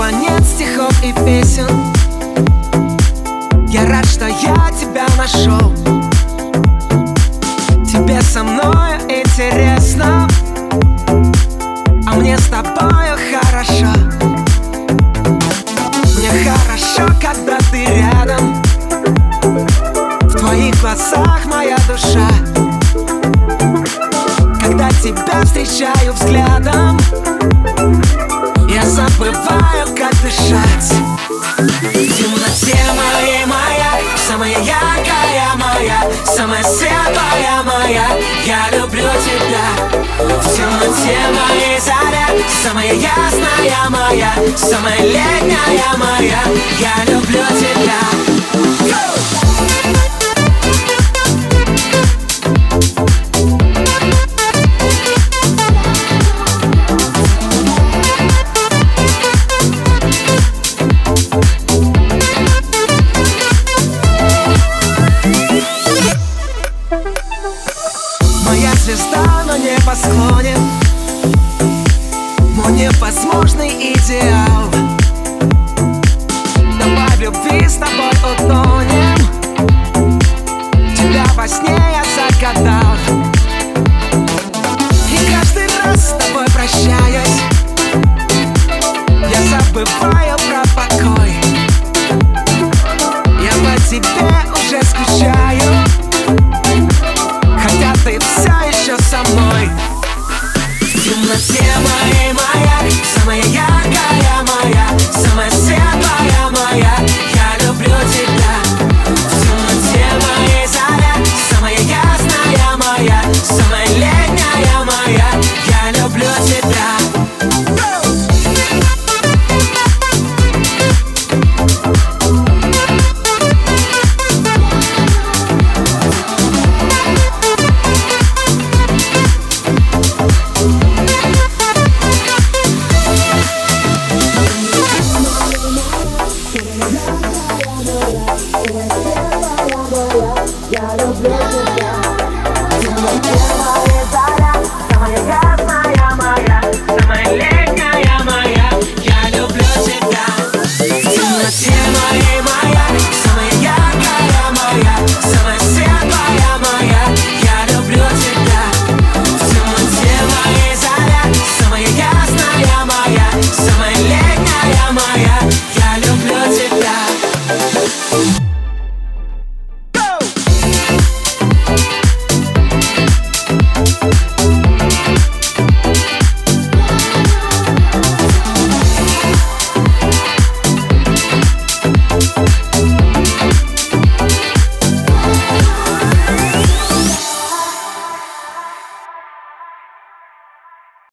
чувства нет стихов и песен. Я рад, что я тебя нашел. Тебе со мною интересно, а мне с тобою хорошо. Мне хорошо, когда ты рядом. В твоих глазах моя душа. Когда тебя встречаю взглядом, я забываю, как дышать. В темноте моей моя, самая яркая моя, самая светлая моя, я люблю тебя. В темноте моей заря, самая ясная моя, самая летняя моя, я люблю тебя. Моя звезда на небосклоне, мой невозможный идеал. Давай в любви с тобой утонем. Тебя во сне я загадал. И каждый раз с тобой прощаясь, я забываю про покой. Я по тебе уже скучаю, хотя ты все еще со мной. В темноте моей моя, самая яркая моя, самая светлая моя, я люблю тебя. В темноте моей заря, самая ясная моя, самая летняя моя, я люблю тебя. Yeah.